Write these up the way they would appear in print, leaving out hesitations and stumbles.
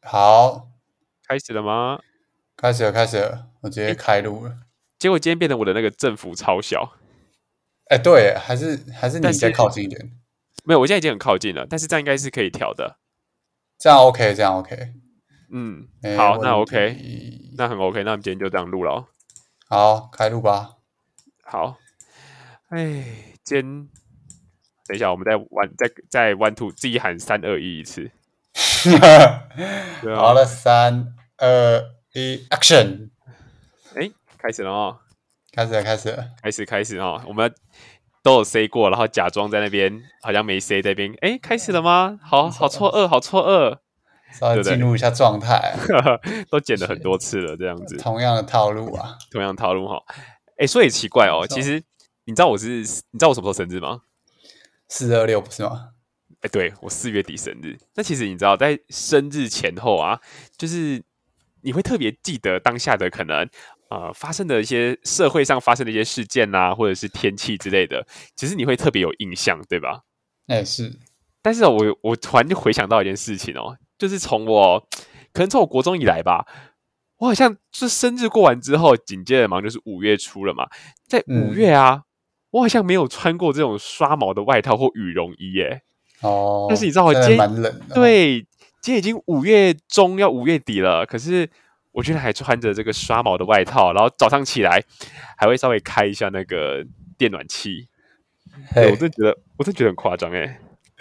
好， 开始了吗？ 开始了，我直接开录了。 结果今天变成我的那个振幅超小， 哎，对耶，还是但是你再靠近一点， 没有，我现在已经很靠近了，但是这样应该是可以调的。 这样 OK，这样 OK， 嗯，好，那没问 OK， 题。 那很 OK，那我们今天就这样录了哦。 好，开录吧。 好，哎，等一下，我们再 one two 自己喊3、2、1一次。对啊， 好了，3、2、1，Action！ 哎，开始了哦， 开始了。 开始哦，我们都有 say 过，然后假装在那边好像没 say 在那边，哎，开始了吗？好错愕，好错愕， 稍微对不对？ 进入一下状态， 都剪了很多次了，这样子。 同样的套路啊。 同样套路哈。哎，所以奇怪哦，其没错， 实你知道我什么时候生日吗？ 426不是吗？ 哎，对我4月底生日。那其实你知道，在生日前后啊，就是你会特别记得当下的可能发生的一些社会上发生的一些事件啊，或者是天气之类的，其实你会特别有印象，对吧？ 哎，是， 但是我突然就回想到一件事情哦，就是可能从我国中以来吧，我好像是生日过完之后，紧接着忙就是5月初了嘛，在5月嗯， 啊，我好像没有穿过这种刷毛的外套或羽绒衣耶。但是你哦， 知道我今天真的蛮冷的哦。 对，今天已经5月中要5月底了，可是我居然还穿着这个刷毛的外套，然后早上起来还会稍微开一下那个电暖气。对我嘿， 真的觉得很夸张哎。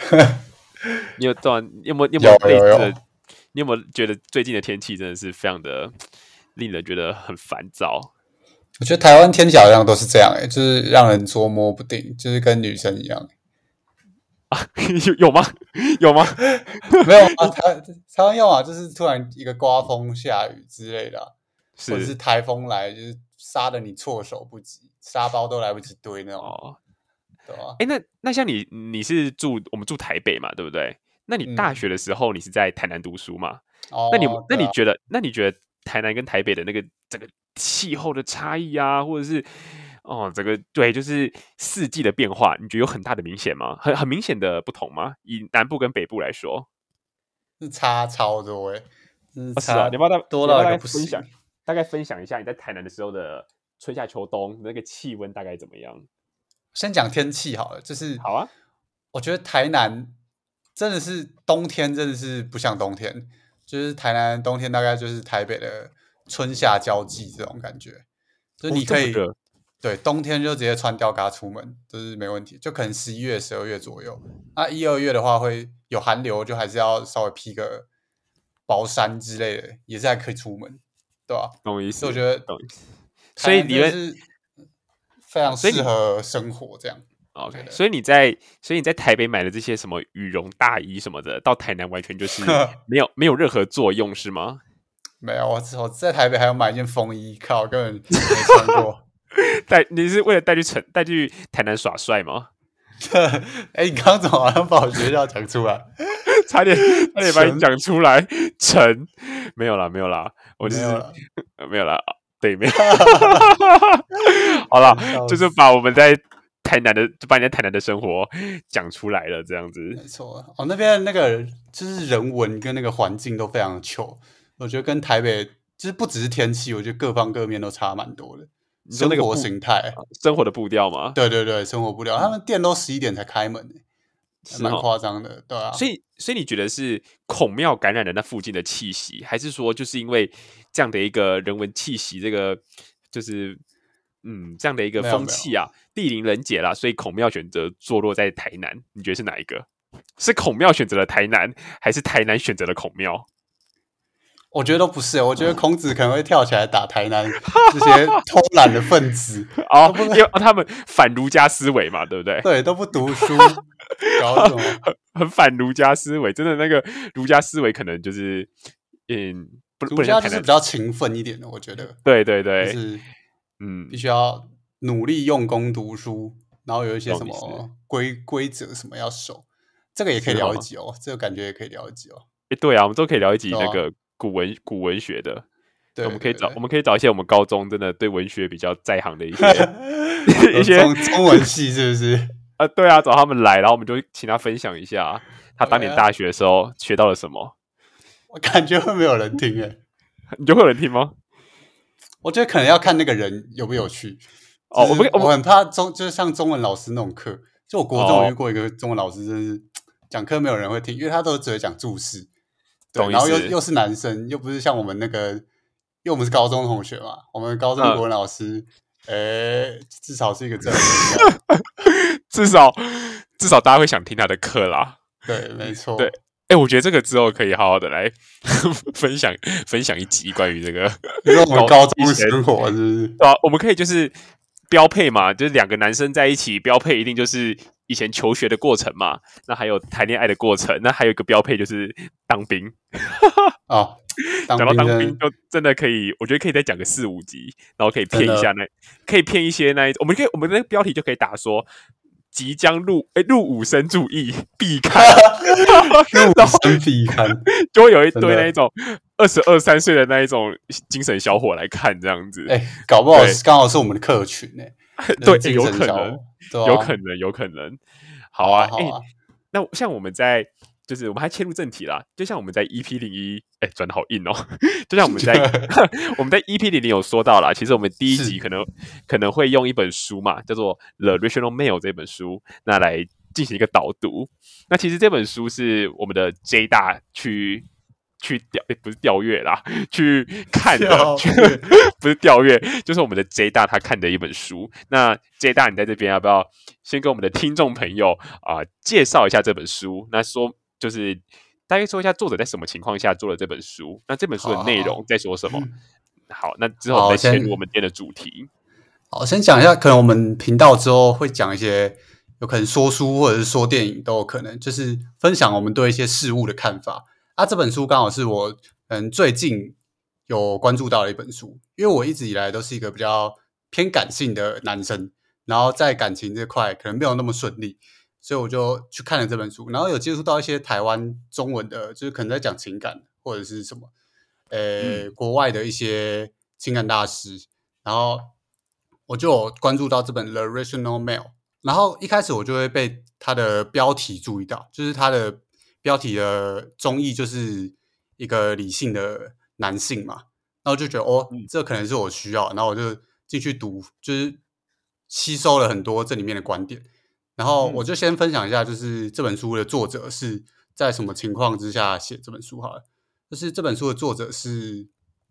你有没有有类似的？ 有有， 你有没有觉得最近的天气真的是非常的令人觉得很烦躁我觉得台湾天气好像都是这样，就是让人捉摸不定，就是跟女生一样。 啊？有吗？有吗？ 没有啊，台湾要么就是突然一个刮风下雨之类的啊，或者是是台风来，就是杀的你措手不及，沙包都来不及堆那种， 哦。 对吧？ 哎，那像你是我们住台北嘛，对不对？那你大嗯， 学的时候你是在台南读书嘛？ 哦，对啊， 那你觉得台南跟台北的那个整个气候的差异啊，或者是这个对，就是四季的变化，你觉得有很大的明显吗？很明显的不同吗？以南部跟北部来说， 是差超多是是啊， 差多到一你要不要大个不行。 大概分享一下你在台南的时候的春夏秋冬那个气温大概怎么样？ 先讲天气好了，就是好啊， 我觉得台南真的是冬天，真的是不像冬天，就是台南冬天大概就是台北的春夏交际这种感觉，就是哦， 你可以这么热， 对冬天就直接穿吊嘎出门，就是没问题，就可能11月、12月左右。那1、2月的话会有寒流，就还是要稍微披个薄衫之类的，也是还可以出门，对吧？ 懂我意思， 所以我觉得懂意思。所台南以理论， 真的是非常所以你适合生活，这样我觉 OK， 得。 所以你在台北买的这些什么羽绒大衣什么的，到台南完全就是没有任何作用，是吗？ 没有，我在台北还有买一件风衣，靠，根本没穿过。 你是为了带去台南耍帅吗？ 哎，你刚刚怎么好像把我学校讲出来？ 差点把你纯讲出来，成没有啦，我就是没有了， 没有啦，对，没有。好啦，就是笑死。 把你在台南的生活讲出来了，这样子。 没错，哦，那边那个就是人文跟那个环境都非常的 chill，我觉得跟台北就是不只是天气，我觉得各方各面都差蛮多的。 你说生活形态， 生活的步调吗？ 对对对，生活不了，他们店都11点才开门，还蛮是哈。 夸张的，对啊。 所以你觉得是孔庙感染了那附近的气息，还是说就是因为这样的一个人文气息，这个就是这样的一个没有没有， 风气啊，地灵人杰啦，所以孔庙选择坐落在台南，你觉得是哪一个？是孔庙选择了台南，还是台南选择了孔庙？ 我觉得都不是，我觉得孔子可能会跳起来打台南这些偷懒的分子， 哦， 都不因为他们反儒家思维嘛，对不对？ 对，都不读书，搞什么？ 很反儒家思维，真的那个儒家思维可能就是不儒家就是能像台南， 比较勤奋一点的，我觉得对对对， 就是必嗯， 须要努力用功读书，然后有一些什懂意思， 么规则什么要守，这个也可以是哈。 聊一集哦，这个感觉也可以聊一集哦， 对啊，我们都可以聊一集对吧？ 那个古文学的。 对对对， 我们可以找一些我们高中真的对文学比较在行的一些一些中文系是不是对啊，找他们来，然后我们就请他分享一下他当 ？OK 啊， 年大学的时候学到了什么。 我感觉会没有人听你就会有人听吗？ 我觉得可能要看那个人有没有趣。 哦， 就是我很怕就是像中文老师那种课，就我国中有遇过一个中文老师，真的是讲课没有人会听，因为他都只会讲注释，对，然后又是男生，又不是像我们那个，因为我们是高中同学嘛，我们高中国文老师，至少是一个正人， 至少大家会想听他的课啦。 对，没错。 对，我觉得这个之后可以好好的来分享一集关于这个， 因为我们高中生活是不是？ 对啊，我们可以就是标配嘛，就是两个男生在一起，标配一定就是以前求学的过程嘛，那还有谈恋爱的过程，那还有一个标配就是当兵。 哦， 讲到当兵就真的可以，我觉得可以再讲个4-5集，然后可以骗一下可以骗一些我们的那个标题就可以打说即将入伍生注意必看， 入伍生必看， 就会有一堆那一种22、23岁的那一种精神小伙来看这样子。 搞不好刚好是我们的客群对，有可能，有可能。好啊，那像我们在。就是我们还切入正题啦，就像我们在 EP01，转得好硬哦。就像我们在EP00有说到啦，其实我们第一集可能会用一本书嘛，叫做《The Rational Male》这本书，那来进行一个导读。那其实这本书是我们的 J 大去不是调阅啦，去看的，不是调阅，就是我们的 J 大他看的一本书。那 J 大，你在这边要不要先跟我们的听众朋友介绍一下这本书？那就是大概说一下作者在什么情况下做了这本书，那这本书的内容在说什么？好，那之后再切入我们今天的主题。 好，先讲一下，可能我们频道之后会讲一些有可能说书或者是说电影都有可能，就是分享我们对一些事物的看法。这本书刚好是我最近有关注到的一本书，因为我一直以来都是一个比较偏感性的男生，然后在感情这块可能没有那么顺利。所以我就去看了这本书，然后有接触到一些台湾中文的，就是可能在讲情感或者是什么，国外的一些情感大师，然后我就有关注到这本《The Rational Male》，然后一开始我就会被它的标题注意到，就是它的标题的中译就是一个理性的男性嘛，然后就觉得这可能是我需要，然后我就进去读，就是吸收了很多这里面的观点。然后我就先分享一下，就是这本书的作者是在什么情况之下写这本书好了。就是这本书的作者是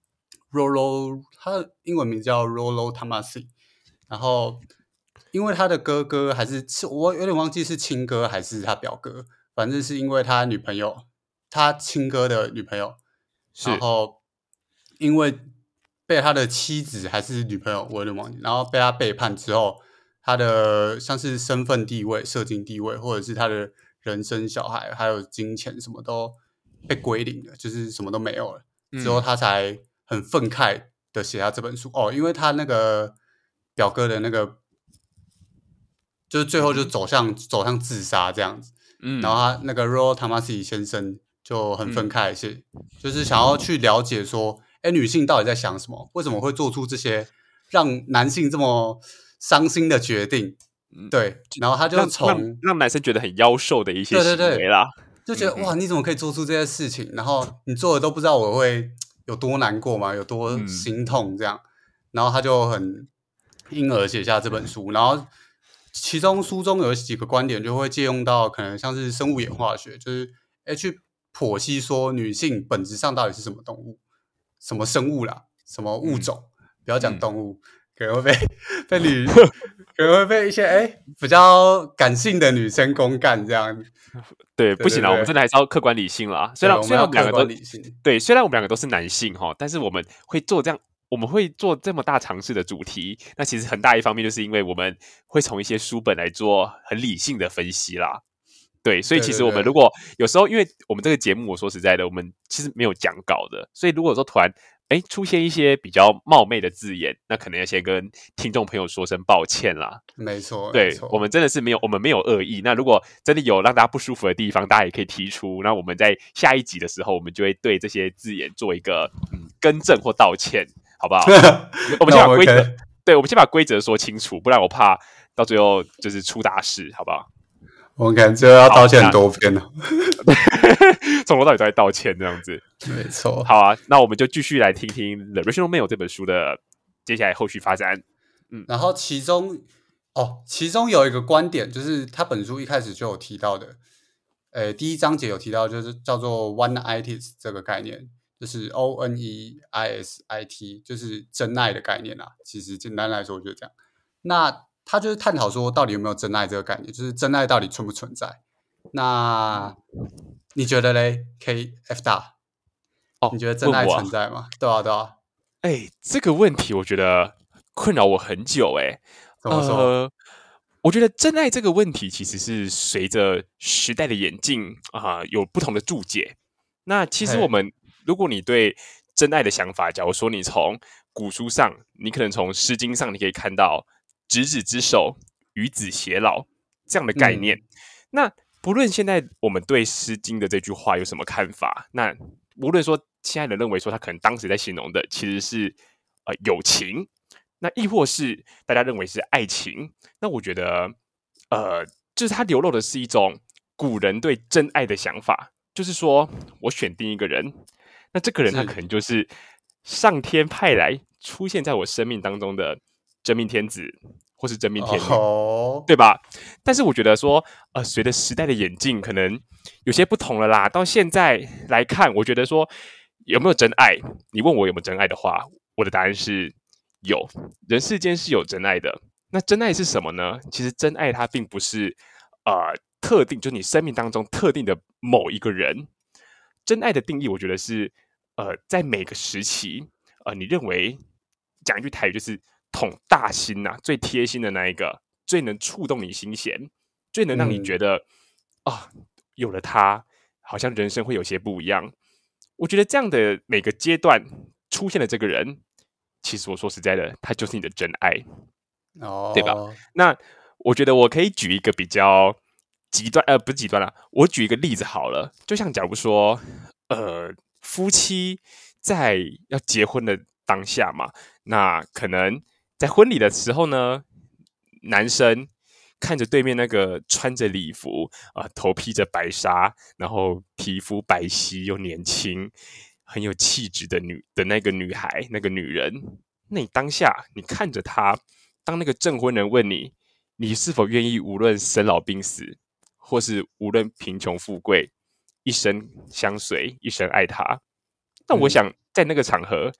Rollo， 他的英文名叫 Rollo Tomassi。然后因为他的哥哥还是我有点忘记是亲哥还是他表哥，反正是因为他女朋友，他亲哥的女朋友，然后因为被他的妻子还是女朋友，我有点忘记，然后被他背叛之后。他的像是身份地位、社经地位，或者是他的人生、小孩，还有金钱，什么都被归零了，就是什么都没有了。之后他才很愤慨的写下这本书。因为他那个表哥的那个，就是最后就走向自杀这样子。然后他那个 Rollo Tomassi 先生就很愤慨写，就是想要去了解说，女性到底在想什么？为什么会做出这些让男性这么伤心的决定，对，然后他就让男生觉得很妖兽的一些行为啦， 就觉得哇，你怎么可以做出这些事情？然后你做的都不知道我会有多难过嘛，有多心痛这样。然后他就很因而写下这本书，然后其中书中有几个观点就会借用到，可能像是生物演化学，就是去剖析说女性本质上到底是什么动物、什么生物啦、什么物种，不要讲动物。可能会可能会被一些比较感性的女生公干这样。 对，不行啦，我们真的还是要客观理性啦。虽然我们两个都理性， 对，虽然我们两个都是男性哈，但是我们会做这么大尝试的主题，那其实很大一方面就是因为我们会从一些书本来做很理性的分析啦。对，所以其实我们如果有时候，因为我们这个节目，我说实在的，我们其实没有讲稿的，所以如果说突然出现一些比较冒昧的字眼，那可能要先跟听众朋友说声抱歉啦。 没错， 对，我们真的是我们没有恶意。那如果真的有让大家不舒服的地方，大家也可以提出。那我们在下一集的时候，我们就会对这些字眼做一个更正或道歉，好不好？我们先把规则，对，我们先把规则说清楚，不然我怕到最后就是出大事，好不好我们可能最后要道歉好很多遍了。 从头到尾都在道歉这样子。 没错。 好啊，那我们就继续来听听《The Rational Male》这本书的接下来后续发展。 然后其中有一个观点，就是他本书一开始就有提到的，第一章节有提到，就是叫做 oneitis 这个概念，就是 ONEISIT，就是真爱的概念啦。其实简单来说就是这样。那他就是探讨说，到底有没有真爱这个概念，就是真爱到底存不存在？那你觉得嘞 ？KF 大，你觉得真爱存在吗？对啊，对啊。 这个问题我觉得困扰我很久。 怎么说？ 我觉得真爱这个问题其实是随着时代的演进有不同的注解。那其实如果你对真爱的想法，假如说你从古书上，你可能从《诗经》上，你可以看到执子之手，与子偕老这样的概念。那不论现在我们对《诗经》的这句话有什么看法，那无论说现在人认为说他可能当时在形容的其实是友情，那亦或是大家认为是爱情，那我觉得就是他流露的是一种古人对真爱的想法，就是说我选定一个人，那这个人他可能就是上天派来出现在我生命当中的真命天子或是真命天女，对吧？但是我觉得说随着时代的演进，可能有些不同了啦。到现在来看，我觉得说有没有真爱，你问我有没有真爱的话，我的答案是有，人世间是有真爱的。那真爱是什么呢？其实真爱它并不是特定，就是你生命当中特定的某一个人。真爱的定义，我觉得是在每个时期，你认为讲一句台语就是捅大心呐、最贴心的那一个，最能触动你心弦，最能让你觉得有了他，好像人生会有些不一样。我觉得这样的每个阶段出现的这个人，其实我说实在的，他就是你的真爱，对吧？那我觉得我可以举一个比较极端，不是极端啦，我举一个例子好了，就像假如说，夫妻在要结婚的当下嘛，那可能在婚礼的时候呢，男生看着对面那个穿着礼服头披着白纱，然后皮肤白皙又年轻，很有气质的那个女孩，那个女人，那你当下你看着她，当那个证婚人问你，你是否愿意无论生老病死，或是无论贫穷富贵，一生相随，一生爱她？那我想在那个场合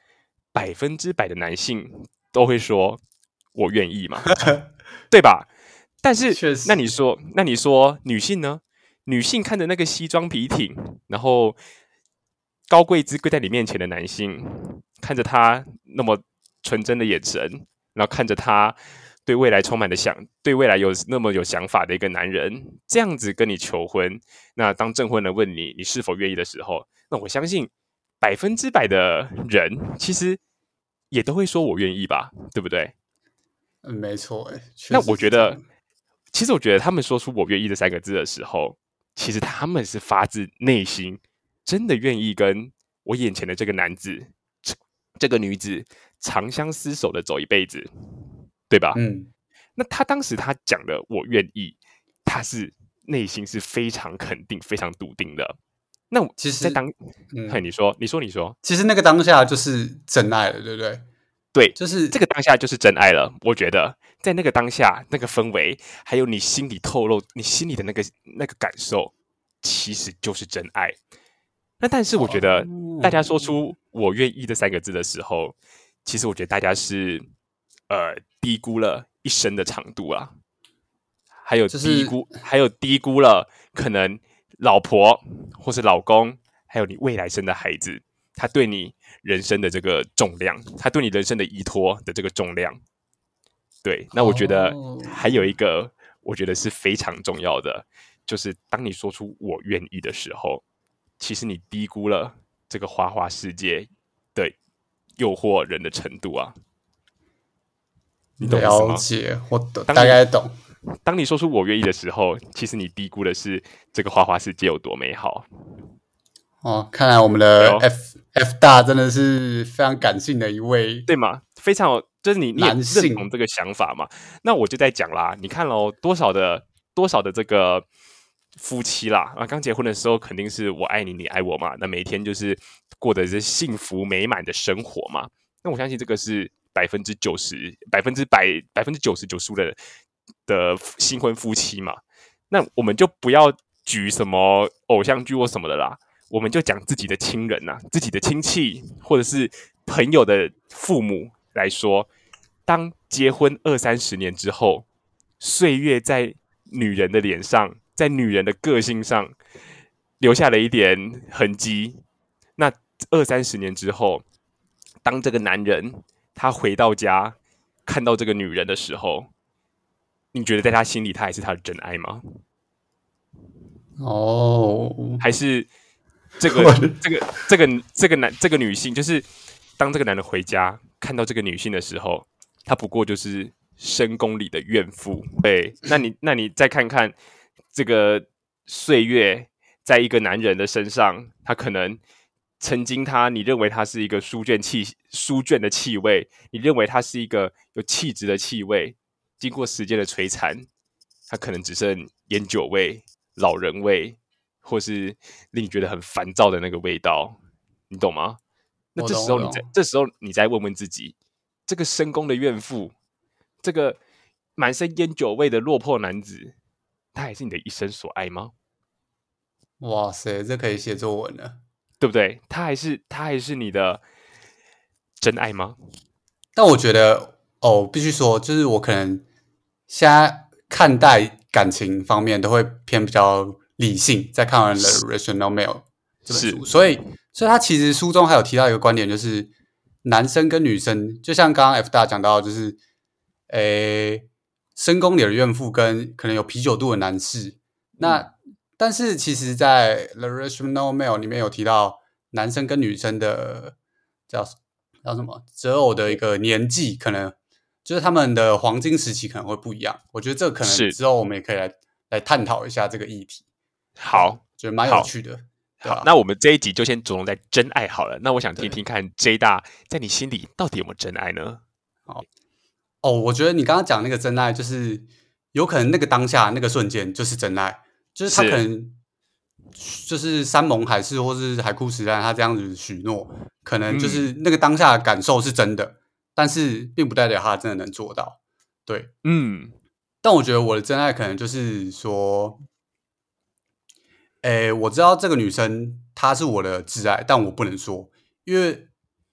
，100%的男性都会说我愿意嘛，对吧？但是那你说女性呢？女性看着那个西装笔挺，然后高贵姿跪在你面前的男性，看着他那么纯真的眼神，然后看着他对未来充满的对未来有那么有想法的一个男人，这样子跟你求婚，那当证婚人问你是否愿意的时候，那我相信100%的人其实也都会说我愿意吧，对不对？ 没错， 那我觉得，其实我觉得他们说出"我愿意"这3个字的时候，其实他们是发自内心，真的愿意跟我眼前的这个男子、这个女子长相厮守的走一辈子，对吧？那他当时他讲的"我愿意"，他是内心是非常肯定、非常笃定的。那其实你说， 其实那个当下就是真爱了，对不对？ 对， 就是这个当下就是真爱了。我觉得在那个当下，那个氛围，还有你心里透露、你心里的那个感受，其实就是真爱。那但是我觉得，大家说出"我愿意"这3个字的时候，其实我觉得大家是低估了一生的长度啊，还有低估了可能老婆或是老公，还有你未来生的孩子，他对你人生的这个重量，他对你人生的依托的这个重量。对，那我觉得还有一个，我觉得是非常重要的，就是当你说出"我愿意"的时候，其实你低估了这个花花世界的诱惑人的程度啊。你懂意思吗？ 了解，我大概懂。 当你说出"我愿意"的时候，其实你低估的是这个花花世界有多美好。 看来我们的 F 大真的是非常感性的一位， 对吗？非常有，就是你也认同这个想法嘛？那我就在讲啦，你看咯，多少的这个夫妻啦，啊，刚结婚的时候肯定是我爱你，你爱我嘛，那每天就是过的是幸福美满的生活嘛。那我相信这个是90%、99%的新婚夫妻嘛。那我们就不要举什么偶像剧或什么的啦，我们就讲自己的亲人呐、自己的亲戚或者是朋友的父母来说，当结婚20-30年之后，岁月在女人的脸上，在女人的个性上留下了一点痕迹。那20-30年之后，当这个男人他回到家看到这个女人的时候，你觉得在他心里，他还是他的真爱吗？ 哦， 还是这个这个女性，就是当这个男的回家看到这个女性的时候，她不过就是深宫里的怨妇。对，那你再看看这个岁月，在一个男人的身上，他可能曾经你认为他是一个书卷的气味，你认为他是一个有气质的气味，经过时间的摧残，他可能只剩烟酒味、老人味，或是令你觉得很烦躁的那个味道，你懂吗？那我这时候懂我懂。 这时候你再问问自己，这个深宫的怨妇，这个满身烟酒味的落魄男子，他还是你的一生所爱吗？ 哇塞，这可以写作文了。 对不对？他还是你的真爱吗？ 但我觉得哦，必须说，就是我可能现在看待感情方面都会偏比较理性，在看完了《The Rational Male》这本书，所以他其实书中还有提到一个观点，就是男生跟女生，就像刚刚 F 大讲到，就是深宫里的怨妇跟可能有啤酒肚的男士，那但是其实，在《The Rational Male》里面有提到男生跟女生的叫什么择偶的一个年纪，可能就是他们的黄金时期可能会不一样。我觉得这可能是之后我们也可以来探讨一下这个议题，对吧？ 好， 觉得蛮有趣的，对好， 吧？ 那我们这一集就先着重在真爱好了。那我想听对， 听看 J 大在你心里到底有没有真爱呢？ 好哦，我觉得你刚刚讲那个真爱，就是有可能那个当下那个瞬间就是真爱，就是他可是， 能就是山盟海誓或是海枯石烂，他这样子许诺，可能就嗯是那个当下的感受是真的，但是并不代表他真的能做到。对， 嗯， 但我觉得我的真爱可能就是说，我知道这个女生她是我的挚爱，但我不能说，因为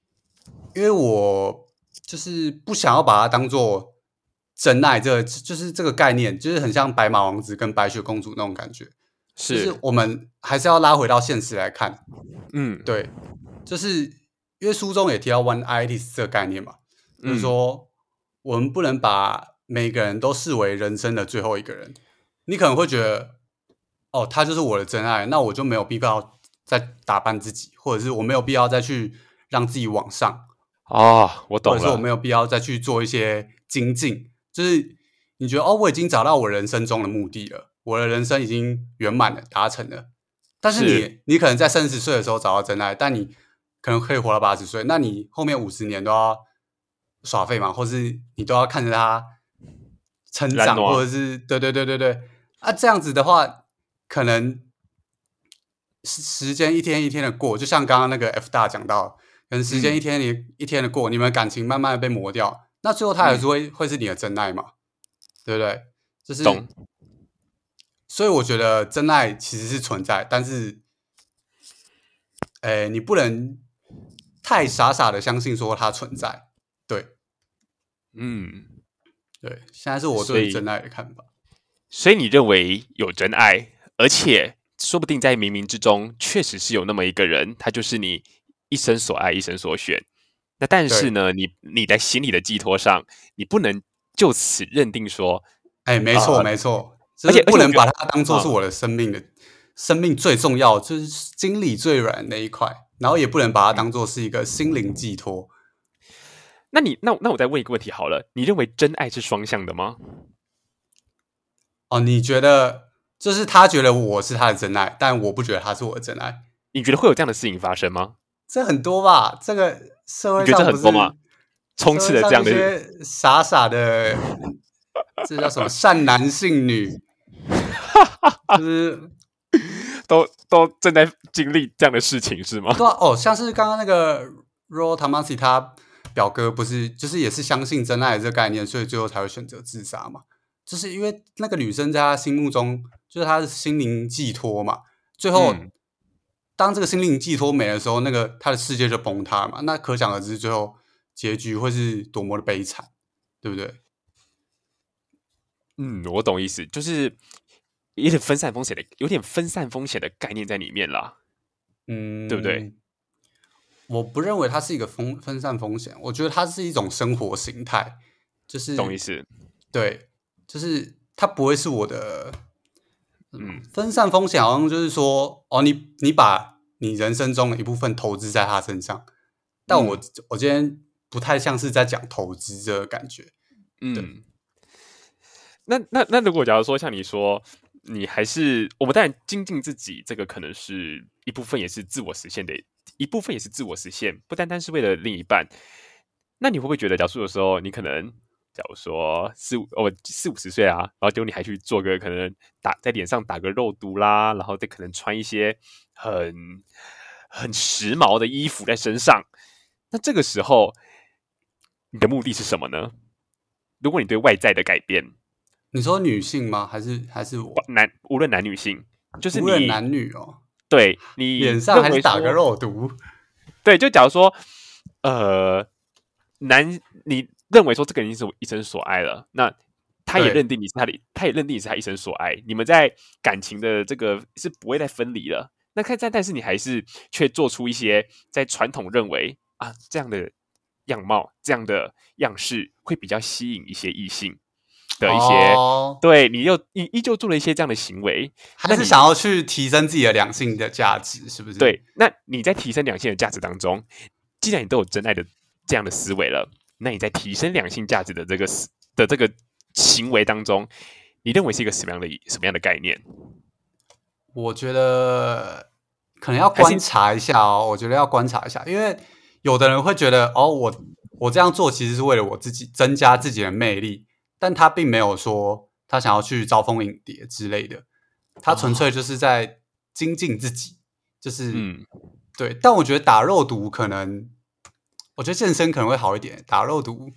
我就是不想要把它当做真爱，就是这个概念，就是很像白马王子跟白雪公主那种感觉。就是是， 我们还是要拉回到现实来看， 嗯对，就是因为书中也提到 one itis 这个概念嘛，就是嗯， 说我们不能把每个人都视为人生的最后一个人。你可能会觉得，哦，他就是我的真爱，那我就没有必要再打扮自己，或者是我没有必要再去让自己往上， 哦，我或懂了， 者是我没有必要再去做一些精进。就是你觉得，哦，我已经找到我人生中的目的了，我的人生已经圆满了，达成了。但是是你可能在30岁的时候找到真爱，但你可能可以活到80岁，那你后面50年都要耍废嘛，或是你都要看着他成长，或蓝诺， 者是对对对对对啊，这样子的话，可能时间一天一天的过，就像刚刚那个 F 大讲到，可能时间一嗯天一天的过，你们感情慢慢的被磨掉，那最后他还是嗯， 会是你的真爱嘛，对不对？就懂。 是，所以我觉得真爱其实是存在，但是你不能太傻傻的相信说它存在。对嗯， 对，现在是我所以对于真爱的看法。 你认为有真爱，而且说不定在冥冥之中确实是有那么一个人，他就是你一生所爱、一生所选。那但是对， 呢，你在心里的寄托上，你不能就此认定说， 没错呃， 没错，就是而且我觉得， 不能把它当做是嗯， 我的生命最重要，就是心里最软的那一块，然后也不能把它当做是一个心灵寄托。 那我再问一个问题好了，你认为真爱是双向的吗？ 哦，你觉得就是他觉得我是他的真爱，但我不觉得他是我的真爱， 你觉得会有这样的事情发生吗？ 这很多吧？这个社会你觉得这上不是很多吗？充斥社会上着这样的， 一些傻傻的，这叫什么善男信女， 就是都正在经历这样的事情是吗？ 对啊，哦，像是刚刚那个 Ro Tamasi 他表哥不是就是也是相信真爱的这个概念，所以最后才会选择自杀嘛。就是因为那个女生在他心目中就是他的心灵寄托嘛，最后、当这个心灵寄托没的时候，那个他的世界就崩塌嘛。那可想而知，最后结局会是多么的悲惨，对不对？ 我懂意思，就是有点分散风险的概念在里面啦，对不对？ 我不认为它是一个分散风险，我觉得它是一种生活形态，就是懂意思？ 对，就是它不会是我的，分散风险好像就是说，哦，你把你人生中的一部分投资在他身上，但我今天不太像是在讲投资这个感觉，对。 那如果假如说像你说，你还是我们当然精进自己，这个可能是一部分，也是自我实现的一部分，也是自我实现，不单单是为了另一半。那你会不会觉得，假如有时候你可能，假如说40-50岁啊，然后结果你还去做个可能在脸上打个肉毒啦，然后再可能穿一些很时髦的衣服在身上，那这个时候你的目的是什么呢？如果你对外在的改变， 你说女性吗？还是我？ 无论男女性，就是无论男女哦， 对你脸上认为还是打个说， 肉毒？ 对，就假如说，你认为说这个人是我一生所爱了，那他也对， 认定你是他也认定你是他一生所爱，你们在感情的这个是不会再分离了。那但是你还是却做出一些在传统认为啊这样的样貌、这样的样式会比较吸引一些异性的一些， 哦， 对你依旧做了一些这样的行为， 还是那你想要去提升自己的两性的价值，是不是？ 对，那你在提升两性的价值当中，既然你都有真爱的这样的思维了，那你在提升两性价值的这个行为当中，你认为是一个什么样的概念？ 我觉得可能要还是观察一下哦。我觉得要观察一下，因为有的人会觉得，哦，我这样做其实是为了我自己增加自己的魅力，但他并没有说他想要去招蜂引蝶之类的，他纯粹就是在精进自己，就是对。但我觉得打肉毒可能，我觉得健身可能会好一点，打肉毒。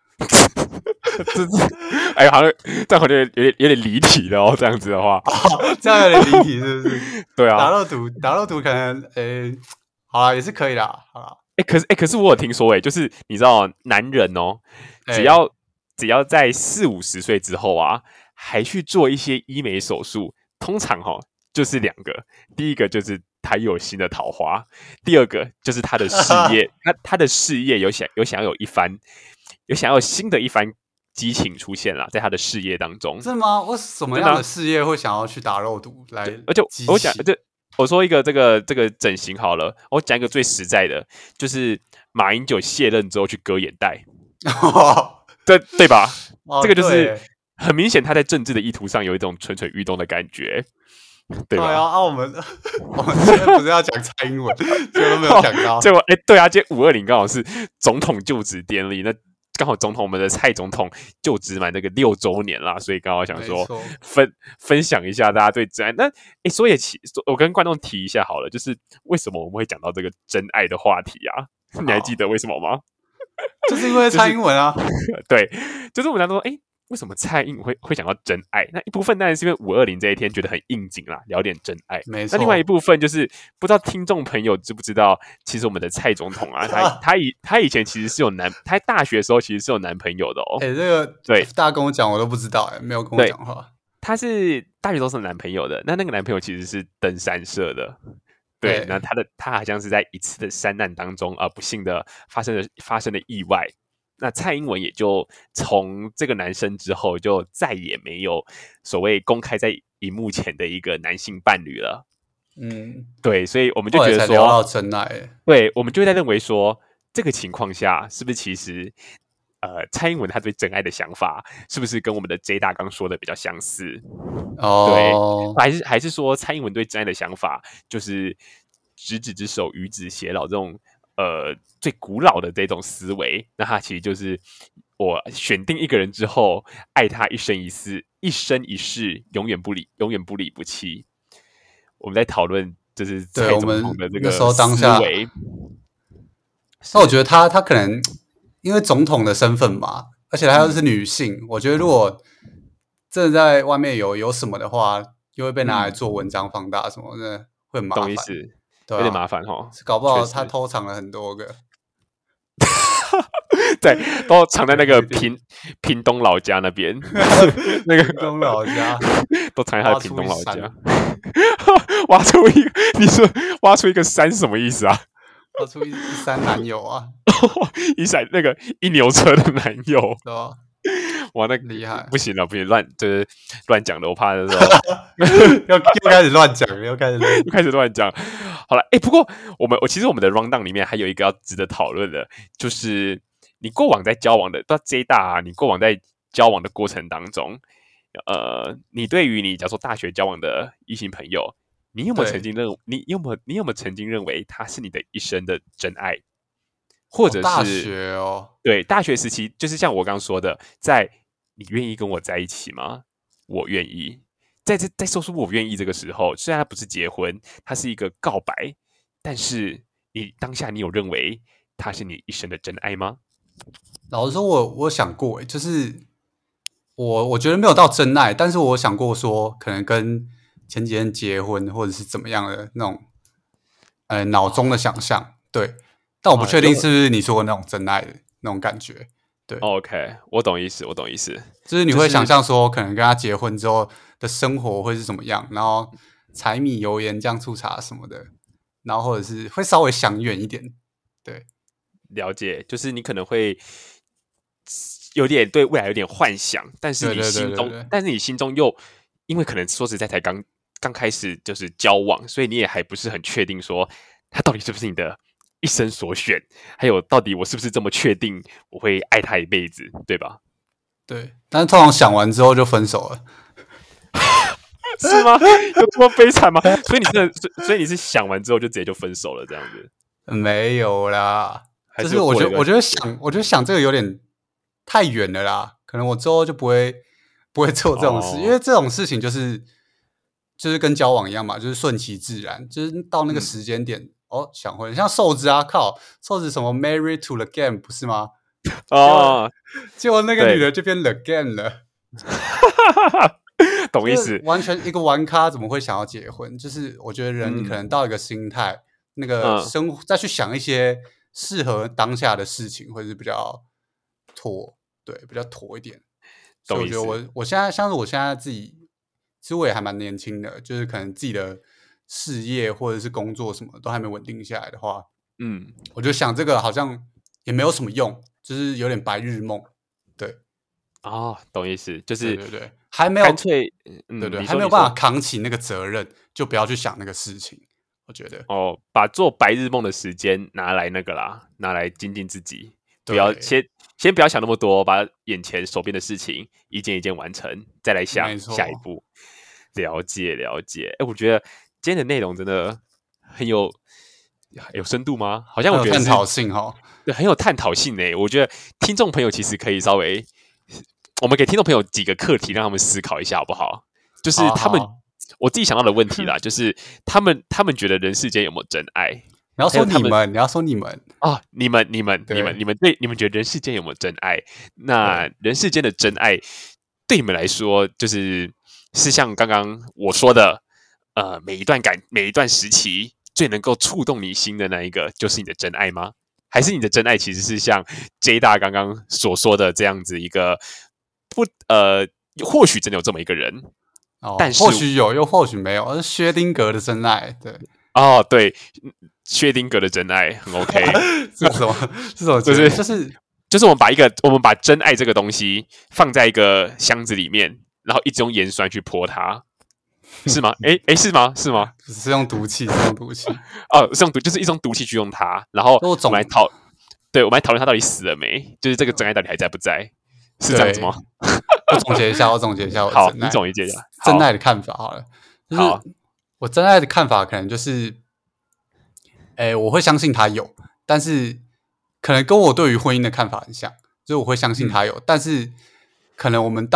哎，好像这样好像有点离题了哦。这样子的话， 这样有点离题，是不是？ 对啊， 打肉毒可能，好啦，也是可以啦，好啦， 可是我有听说，就是你知道，男人哦，只哎， 要在40-50岁之后啊，还去做一些医美手术，通常就是两个，第一个就是他又有新的桃花，第二个就是他的事业，他的事业想要有想要新的一番激情出现了，在他的事业当中， 是吗？我什么真的啊、 样的事业会想要去打肉毒来而且激起？ 我讲这。我说一个这个整形好了，我讲一个最实在的，就是马英九卸任之后去割眼袋，对吧？ 哦， 这个就是对， 很明显他在政治的意图上有一种蠢蠢欲动的感觉，对对啊， 吧？ 我们我们今天不是要讲蔡英文，这个都没有讲到。 结果对啊，今天520刚好是总统就职典礼，那刚好我们的蔡总统就职满这个6周年啦，所以刚好想说分享一下大家对真爱。那所以我跟观众提一下好了，就是为什么我们会讲到这个真爱的话题啊？你还记得为什么吗？ 就是因为蔡英文啊， 对，就是我们讲说，为什么蔡英文会讲到真爱？那一部分当然是因为520这一天觉得很应景啦，聊点真爱。 没错。 那另外一部分就是不知道听众朋友知不知道，其实我们的蔡总统啊，他以前其实是他大学的时候其实是有男朋友的哦。 这个对， 大家跟我讲我都不知道，没有跟我讲话。 他是大学都是有男朋友的，那个男朋友其实是登山社的。对，那他好像是在一次的山难当中不幸的发生了意外。那蔡英文也就从这个男生之后，就再也没有所谓公开在荧幕前的一个男性伴侣了。对，所以我们就觉得说， 聊到真爱， 对，我们就在认为说，这个情况下是不是其实蔡英文他对真爱的想法，是不是跟我们的 J 大刚说的比较相似？ 哦， 对，还是说蔡英文对真爱的想法，就是执子之手，与子偕老这种最古老的这种思维？那他其实就是我选定一个人之后，爱他一生一世， 一生一世永远不离不弃。我们在讨论就是蔡总统的这个那时候当下思维。 那我觉得他可能因为总统的身份嘛，而且她又是女性，我觉得如果真的在外面有什么的话，又会被拿来做文章放大什么的，会很麻烦。 懂意思， 对有点麻烦哈。 搞不好他偷藏了很多个。 对，都藏在那个屏东老家那边，那个屏东老家都藏在他的屏东老家。挖出一个，你说挖出一个山什么意思啊？ 挖出一山男友啊， 一山那个一牛车的男友， 对吧？ 哇，那厉害！ 不行了，不行，就是乱讲的，我怕的时候又开始乱讲，又开始乱讲。好了，不过其实我们的 rundown 里面还有一个要值得讨论的，就是你过往在交往的到 J 大啊，你过往在交往的过程当中，你对于你假如说大学交往的异性朋友，你有没有曾经认为他是你的一生的真爱？或者是大学对，大学时期就是像我刚刚说的，在你愿意跟我在一起吗？我愿意。在说出我愿意这个时候，虽然它不是结婚，它是一个告白，但是你当下你有认为他是你一生的真爱吗？ 老实说，我想过，就是我觉得没有到真爱，但是我想过说，可能跟前几天结婚或者是怎么样的那种，脑中的想象，对。但我不确定是不是你说的那种真爱的那种感觉，对。 OK， 我懂意思。 就是你会想象说，可能跟他结婚之后的生活会是怎么样，然后柴米油盐酱醋茶什么的，然后或者是会稍微想远一点，对。 了解，就是你可能会有点对未来有点幻想，但是你心中又因为可能说实在才刚开始就是交往，所以你也还不是很确定说他到底是不是你的一生所选，还有到底我是不是这么确定我会爱他一辈子，对吧？ 对，但是通常想完之后就分手了。 是吗？有这么悲惨吗？所以你是想完之后就直接就分手了这样子？ 没有啦，就是我觉得想这个有点太远了啦，可能我之后就不会做这种事，因为这种事情就是跟交往一样嘛，就是顺其自然，就是到那个时间点。想婚，像瘦子啊，靠，瘦子什么 married to the game 不是吗？结果那个女的就变 the game 了， 懂意思？ 完全一个玩咖怎么会想要结婚？就是我觉得人可能到一个心态，那个生活再去想一些适合当下的事情，会是比较比较妥一点。所以我觉得我现在像是我现在自己，其实我也还蛮年轻的，就是可能自己的事业或者是工作什么都还没稳定下来的话，我就想这个好像也没有什么用，就是有点白日梦，对。 懂意思，就是对，还没有干脆， 对，还没有办法扛起那个责任，就不要去想那个事情。我觉得把做白日梦的时间拿来那个啦，拿来精进自己，不要先不要想那么多，把眼前手边的事情一件一件完成，再来想下一步。了解。我觉得今天的内容真的很有深度吗？好像我觉得很有探讨性对，很有探讨性诶。我觉得听众朋友其实可以稍微，我们给听众朋友几个课题，让他们思考一下好不好？就是我自己想到的问题啦，就是他们觉得人世间有没有真爱？ 你要说你们啊，你们觉得人世间有没有真爱？那人世间的真爱对你们来说，是像刚刚我说的，每一段时期最能够触动你心的那一个，就是你的真爱吗？还是你的真爱其实是像 J 大刚刚所说的这样子一个或许真的有这么一个人，但是或许有，又或许没有，是薛丁格的真爱，对。 对，薛丁格的真爱很 OK。 是什么？ 就是我们把真爱这个东西放在一个箱子里面，然后一直用盐酸去泼它，是吗？是吗？ 是用毒气，是用就是一种毒气去用它，然后我们来讨论它到底死了没，就是这个真爱到底还在不在，是这样子吗？ 我总结一下， 好，你总结一下真爱的看法好了。好，我真爱的看法可能就是，我会相信他有，但是可能跟我对于婚姻的看法很像，就是我会相信他有，但是可能我们到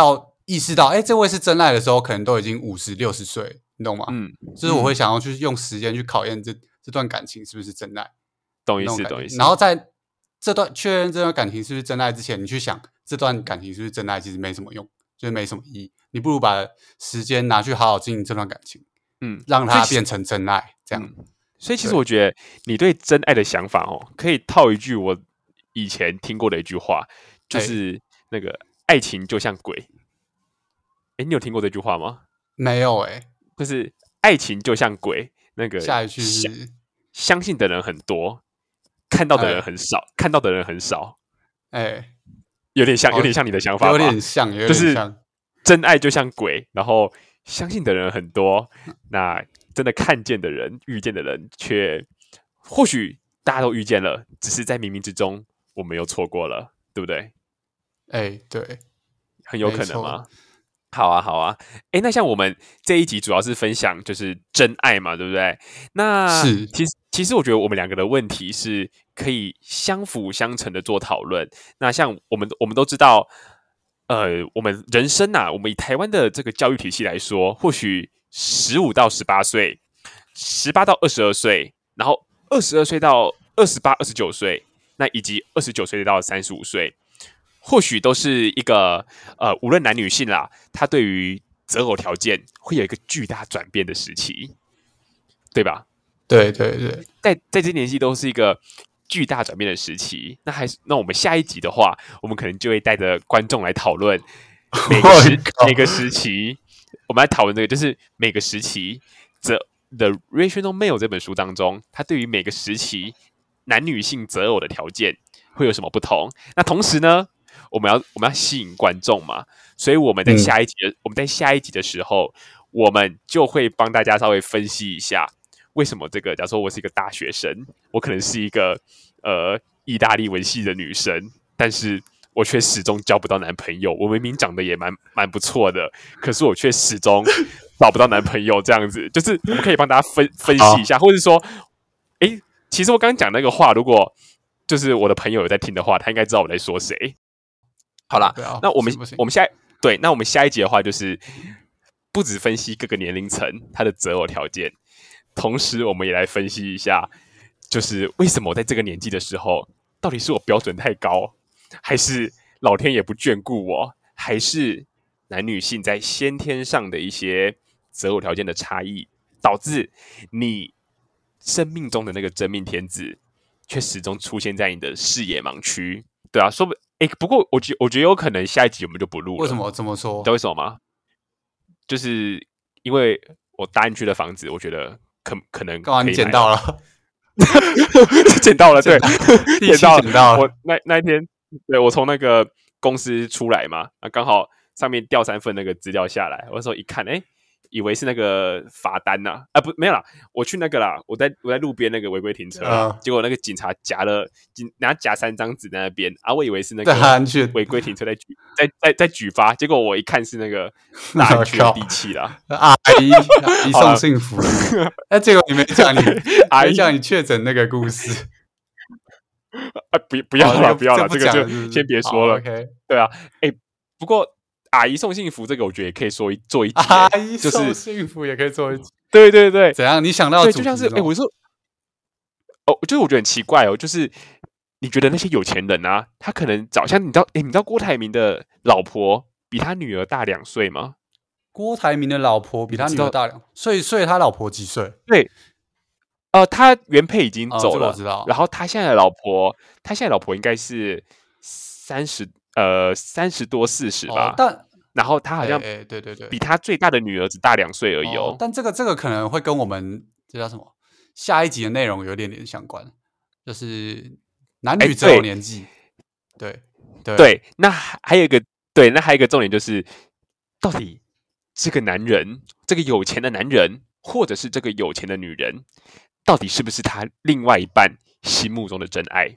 意识到，哎，这位是真爱的时候，可能都已经50、60岁，你懂吗？就是我会想要去用时间去考验这段感情是不是真爱， 懂意思，懂意思。 然后在确认这段感情是不是真爱之前，你去想这段感情是不是真爱，其实没什么用，就是没什么意义。你不如把时间拿去好好经营这段感情，让它变成真爱，这样。 所以其实我觉得你对真爱的想法可以套一句我以前听过的一句话，就是那个爱情就像鬼。你有听过这句话吗？ 没有就是爱情就像鬼，那个下一句是相信的人很多，看到的人很少，看到的人很少。有点像你的想法吧？ 有点像， 就是真爱就像鬼，然后相信的人很多，那真的看见的人、遇见的人，却或许大家都遇见了，只是在冥冥之中我们又错过了，对不对？ 对， 很有可能吗？好啊，那像我们这一集主要是分享就是真爱嘛，对不对？那是其实我觉得我们两个的问题是可以相辅相成的做讨论。那像我们都知道，我们人生啊，我们以台湾的这个教育体系来说，或许15到18岁，18到22岁，然后22岁到28、29岁，那以及29岁到35岁。或许都是一个无论男女性啦，他对于择偶条件会有一个巨大转变的时期，对吧？ 对， 在这年纪都是一个巨大转变的时期。那我们下一集的话，我们可能就会带着观众来讨论每个时期，我们来讨论这个，就是每个时期《The Rational Male》这本书当中，他对于每个时期男女性择偶的条件会有什么不同？那同时呢？我们要吸引观众嘛，所以我们在下一集的时候，我们就会帮大家稍微分析一下，为什么这个，假如说我是一个大学生，我可能是一个意大利文系的女生，但是我却始终交不到男朋友。我明明长得也蛮不错的，可是我却始终找不到男朋友。这样子，就是我们可以帮大家分析一下，或者说，其实我刚刚讲那个话，如果就是我的朋友有在听的话，他应该知道我在说谁。好啦，那我们下一集的话，就是不只分析各个年龄层他的择偶条件，同时我们也来分析一下，就是为什么我在这个年纪的时候，到底是我标准太高，还是老天也不眷顾我，还是男女性在先天上的一些择偶条件的差异，导致你生命中的那个真命天子，却始终出现在你的视野盲区。对啊，说不。不过我觉得有可能下一集我们就不录了。 为什么这么说？ 你知道为什么吗？就是因为我大安区的房子，我觉得可能干嘛你捡到了？ 捡到了，对， 捡到了。 我那一天，对我从那个公司出来嘛，刚好上面掉3份那个资料下来，我那时候一看，以为是那个罚单呐，不，没有啦，我去那个啦，我在路边那个违规停车，结果那个警察夹3张纸在那边啊，我以为是那个违规停车在举发，结果我一看是那个大安区的地契啦， 阿姨送幸福，结果你没讲没讲你确诊那个故事。 不要了，这个就先别说了。 Okay. 对啊，不过。阿姨送幸福这个，我觉得也可以做一集。 阿姨送幸福也可以做一集。 对， 怎样？你想到的主题就像是我说，就是我觉得很奇怪就是你觉得那些有钱人啊，他可能像你知道郭台铭的老婆比他女儿大2岁吗？ 郭台铭的老婆比他女儿大2岁，所以他老婆几岁？ 对，他原配已经走了， 我知道。 然后他现在的老婆应该是30多40吧，然后他好像对， 比他最大的女儿只大2岁而已哦。 但这个可能会跟我们这叫什么下一集的内容有点相关，就是男女择偶年纪。对， 那还有一个重点就是，到底这个男人，这个有钱的男人，或者是这个有钱的女人，到底是不是他另外一半心目中的真爱？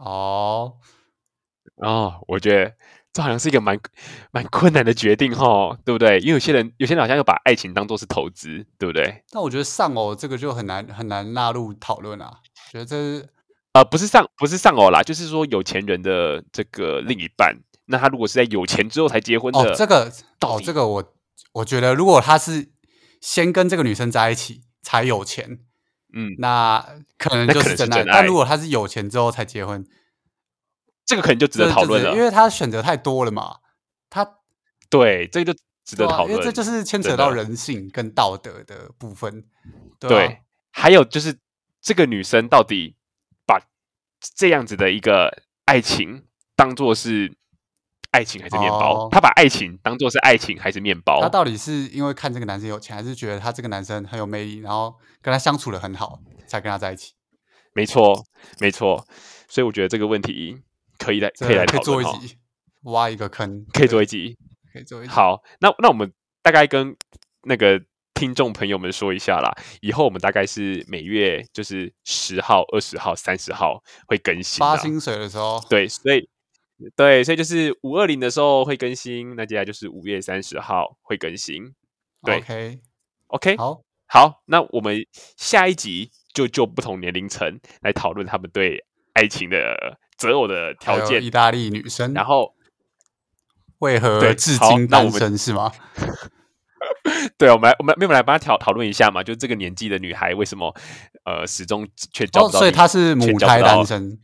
我觉得这好像是一个蛮困难的决定对不对？因为有些人好像又把爱情当作是投资，对不对？ 但我觉得丧偶这个就很难纳入讨论啊。觉得这是不是丧偶啦，就是说有钱人的这个另一半， 那他如果是在有钱之后才结婚的， 这个我觉得，如果他是先跟这个女生在一起才有钱，那可能就是真爱。但如果他是有钱之后才结婚， 这个可能就值得讨论了， 因为他选择太多了嘛。 对，这个就值得讨论， 因为这就是牵扯到人性跟道德的部分。 对，还有就是这个女生到底把这样子的一个爱情当作是爱情还是面包？她把爱情当作是爱情还是面包？ 她到底是因为看这个男生有钱，还是觉得他这个男生很有魅力，然后跟他相处的很好，才跟他在一起？ 没错，没错。所以我觉得这个问题可以来讨论，做一集，挖一个坑， 可以做一集。好，那我们大概跟那个听众朋友们说一下啦。以后我们大概是每月就是10号、20号、30号会更新， 发薪水的时候。 对，所以就是520的时候会更新，那接下来就是5月30号会更新。对 ，OK， 好，那我们下一集就不同年龄层来讨论他们对爱情的择偶的条件。 意大利女生， 然后为何至今单身是吗？ 对，我们来帮他讨论一下嘛，就这个年纪的女孩为什么始终却交不到， 所以她是母胎单身。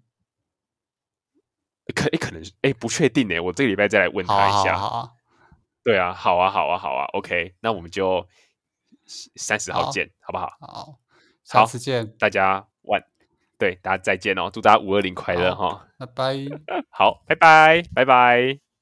可能不确定我这个礼拜再来问他一下。对啊，好啊 ，OK， 那我们就30号见，好不好？ 好，下次见， 大家大家再见哦，祝大家520快乐哈， 拜拜。 好，拜拜。